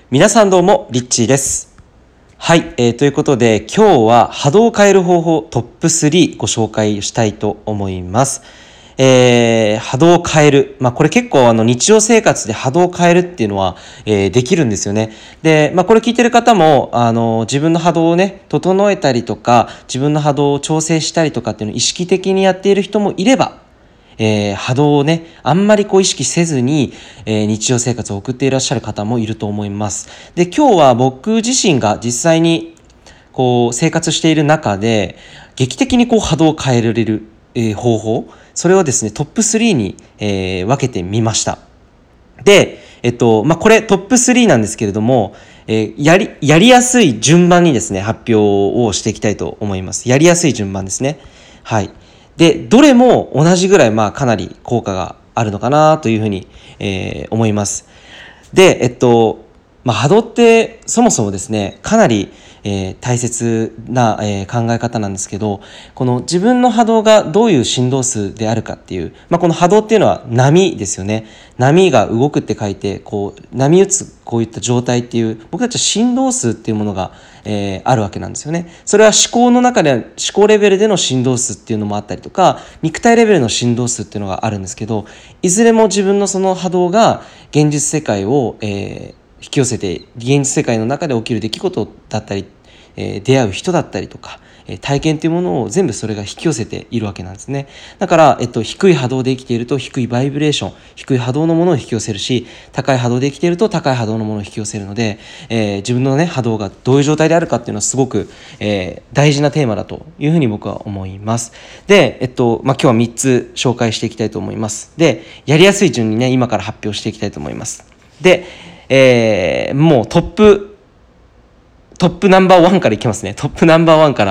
皆さんどうも、リッチーです。はい、ということで今日は波動を変える方法トップ3ご紹介したいと思います。波動を変える。これ結構日常生活で波動を変えるっていうのは、できるんですよね。で、これ聞いてる方も、自分の波動をね、整えたりとか、自分の波動を調整したりとかっていうのを意識的にやっている人もいれば、波動をね、あんまり意識せずに、日常生活を送っていらっしゃる方もいると思います。で、今日は僕自身が実際に生活している中で、劇的に波動を変えられる、方法、それをですね、トップ3に、分けてみました。で、これトップ3なんですけれども、やりやすい順番にですね、発表をしていきたいと思います。やりやすい順番ですね。はい。で、どれも同じぐらい、かなり効果があるのかなというふうに、思います。で、波動ってそもそもですね、かなり、大切な、考え方なんですけど、この自分の波動がどういう振動数であるかっていう、この波動っていうのは波ですよね。波が動くって書いて、波打つこういった状態っていう、僕たちは振動数っていうものが、あるわけなんですよね。それは思考の中で、思考レベルでの振動数っていうのもあったりとか、肉体レベルの振動数っていうのがあるんですけど、いずれも自分のその波動が現実世界を、引き寄せて、現実世界の中で起きる出来事だったり、出会う人だったりとか、体験というものを全部それが引き寄せているわけなんですね。だから、低い波動で生きていると低いバイブレーション、低い波動のものを引き寄せるし、高い波動で生きていると高い波動のものを引き寄せるので、自分のね、波動がどういう状態であるかっていうのはすごく、大事なテーマだというふうに僕は思います。で、今日は3つ紹介していきたいと思います。で、やりやすい順にね、今から発表していきたいと思います。で、もうトップナンバー1からいきますね。トップナンバー1から。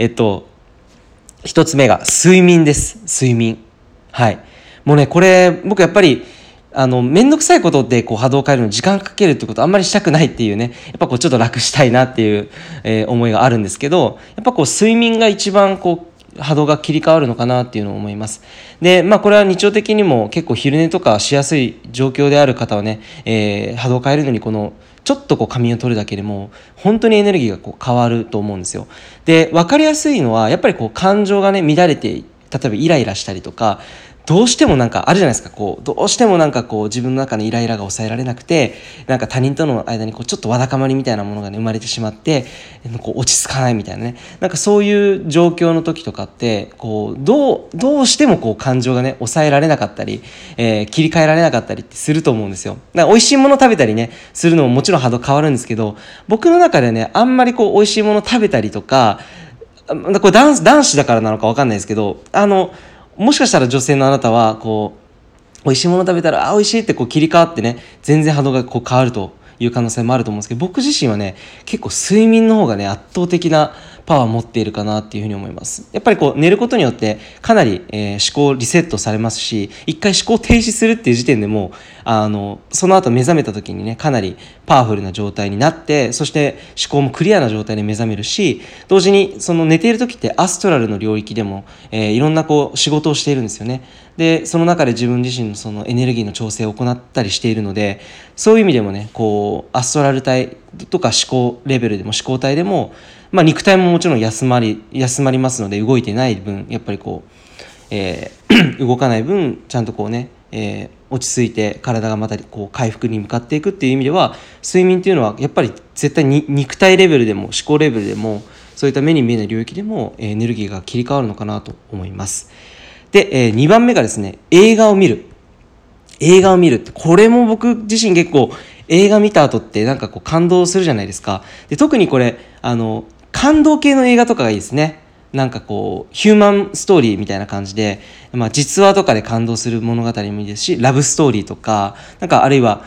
一つ目が睡眠です。睡眠。はい。もうね、これ、僕やっぱり、めんどくさいことで波動を変えるのに時間かけるってことあんまりしたくないっていうね、やっぱちょっと楽したいなっていう、思いがあるんですけど、やっぱ睡眠が一番波動が切り替わるのかなっていうのを思います。で、これは日常的にも結構昼寝とかしやすい状況である方はね、波動を変えるのにちょっと仮眠を取るだけでも本当にエネルギーが変わると思うんですよ。で、分かりやすいのはやっぱり感情がね乱れて、例えばイライラしたりとか、どうしてもあるじゃないですか、どうしても自分の中のイライラが抑えられなくて、他人との間にちょっとわだかまりみたいなものがね生まれてしまって、落ち着かないみたいなね、そういう状況の時とかってどうしても感情がね抑えられなかったり、切り替えられなかったりってすると思うんですよ。美味しいもの食べたりねするのももちろん波動変わるんですけど、僕の中でねあんまり美味しいもの食べたりとか、これ男子だからなのか分かんないですけど、もしかしたら女性のあなたは美味しいもの食べたら美味しいって切り替わってね、全然波動が変わるという可能性もあると思うんですけど、僕自身はね結構睡眠の方がね圧倒的なパワーを持っているかなっていうふうに思います。やっぱり寝ることによってかなり、思考リセットされますし、一回思考停止するっていう時点でもその後目覚めた時にねかなりパワフルな状態になって、そして思考もクリアな状態で目覚めるし、同時にその寝ている時ってアストラルの領域でも、いろんな仕事をしているんですよね。で、その中で自分自身のそのエネルギーの調整を行ったりしているので、そういう意味でもねアストラル体とか思考レベルでも思考体でも、肉体ももちろん休まりますので、動いてない分やっぱり動かない分ちゃんと落ち着いて体がまた回復に向かっていくっていう意味では、睡眠っていうのはやっぱり絶対に肉体レベルでも思考レベルでも、そういった目に見えない領域でもエネルギーが切り替わるのかなと思います。で、2番目がですね、映画を見るって、これも僕自身結構映画見た後って感動するじゃないですか。で、特にこれ感動系の映画とかがいいですね。ヒューマンストーリーみたいな感じで、実話とかで感動する物語もいいですし、ラブストーリーとか、あるいは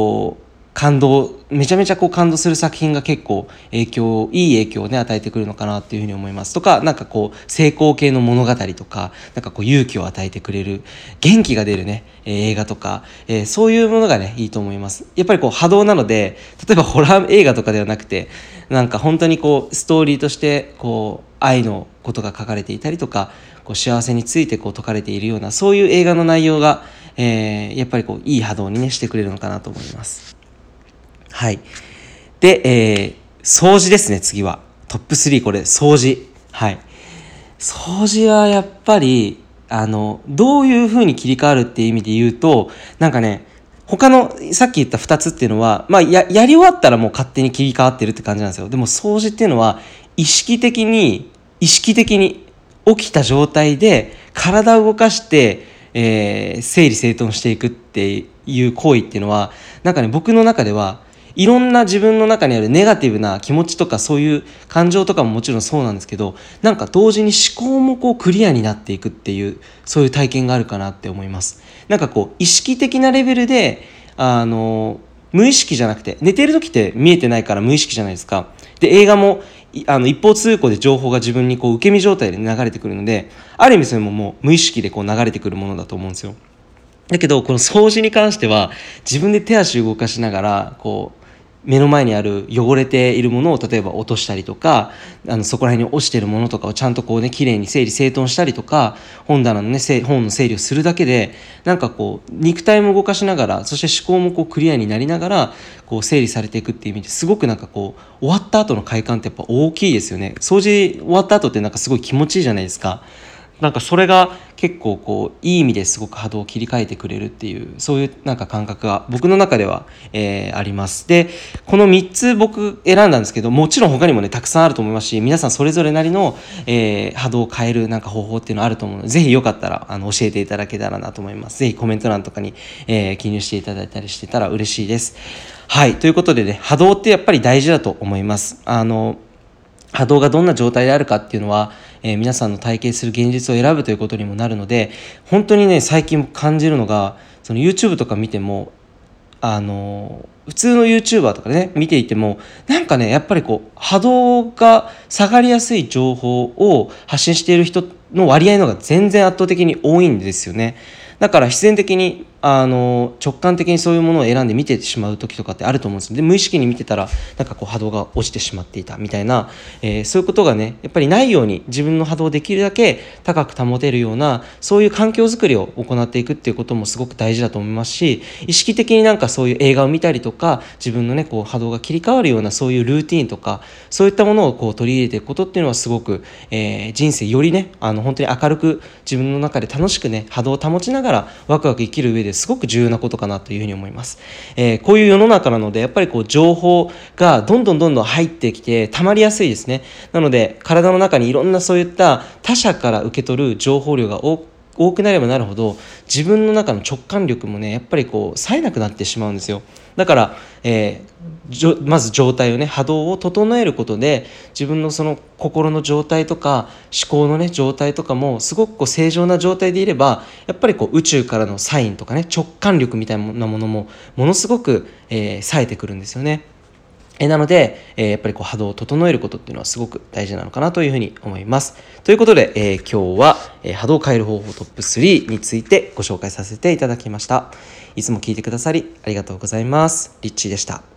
めちゃめちゃ感動する作品が結構いい影響をね与えてくるのかなっていうふうに思いますとか、成功系の物語とか、勇気を与えてくれる元気が出るね、映画とか、そういうものがねいいと思います。やっぱり波動なので、例えばホラー映画とかではなくて、本当にストーリーとして愛のことが書かれていたりとか、幸せについて説かれているような、そういう映画の内容が、やっぱりいい波動にねしてくれるのかなと思います。 はい。で、掃除ですね、次は。トップ3、これ、掃除。はい。掃除はやっぱり、どういう風に切り替わるっていう意味で言うと、なんかね、他の、さっき言った2つっていうのは、やり終わったらもう勝手に切り替わってるって感じなんですよ。でも掃除っていうのは、意識的に起きた状態で、体を動かして、整理整頓していくっていう行為っていうのは、なんかね、僕の中ではいろんな自分の中にあるネガティブな気持ちとかそういう感情とかももちろんそうなんですけど、なんか同時に思考もこうクリアになっていくっていう、そういう体験があるかなって思います。なんかこう意識的なレベルで無意識じゃなくて、寝てる時って見えてないから無意識じゃないですか。で、映画も一方通行で情報が自分にこう受け身状態で流れてくるので、ある意味それももう無意識でこう流れてくるものだと思うんですよ。だけどこの掃除に関しては自分で手足を動かしながらこう目の前にある汚れているものを例えば落としたりとか、そこら辺に落ちているものとかをちゃんとこうねきれいに整理整頓したりとか、本棚のね本の整理をするだけで、なんかこう肉体も動かしながら、そして思考もこうクリアになりながらこう整理されていくっていう意味ですごくなんかこう終わった後の快感ってやっぱ大きいですよね。掃除終わった後ってなんかすごい気持ちいいじゃないですか。なんかそれが結構こういい意味ですごく波動を切り替えてくれるっていう、そういうなんか感覚が僕の中では、あります。で、この3つ僕選んだんですけど、もちろん他にもねたくさんあると思いますし、皆さんそれぞれなりの、波動を変えるなんか方法っていうのあると思うので、ぜひよかったら教えていただけたらなと思います。ぜひコメント欄とかに、記入していただいたりしてたら嬉しいです。はい、ということでね、波動ってやっぱり大事だと思います。波動がどんな状態であるかっていうのは、皆さんの体験する現実を選ぶということにもなるので、本当にね最近感じるのが、その YouTube とか見ても普通の YouTuber とかね見ていても、なんかねやっぱりこう波動が下がりやすい情報を発信している人の割合の方が全然圧倒的に多いんですよね。だから必然的に直感的にそういうものを選んで見てしまう時とかってあると思うんですよ。で無意識に見てたらなんかこう波動が落ちてしまっていたみたいな、そういうことがねやっぱりないように、自分の波動をできるだけ高く保てるようなそういう環境づくりを行っていくっていうこともすごく大事だと思いますし、意識的になんかそういう映画を見たりとか、自分のねこう波動が切り替わるようなそういうルーティーンとか、そういったものをこう取り入れていくことっていうのはすごく、人生よりね本当に明るく自分の中で楽しくね波動を保ちながらワクワク生きる上ですごく重要なことかなというふうに思います。こういう世の中なのでやっぱりこう情報がどんどん入ってきて溜まりやすいですね。なので体の中にいろんなそういった他者から受け取る情報量が多くなればなるほど、自分の中の直感力もねやっぱりこう冴えなくなってしまうんですよ。だから、まず状態をね波動を整えることで、自分のその心の状態とか思考のね状態とかもすごくこう正常な状態でいれば、やっぱりこう宇宙からのサインとかね直感力みたいなものもものすごく、冴えてくるんですよね。なので、やっぱりこう波動を整えることっていうのはすごく大事なのかなというふうに思います。ということで、今日は、波動を変える方法トップ3についてご紹介させていただきました。いつも聞いてくださりありがとうございます。リッチーでした。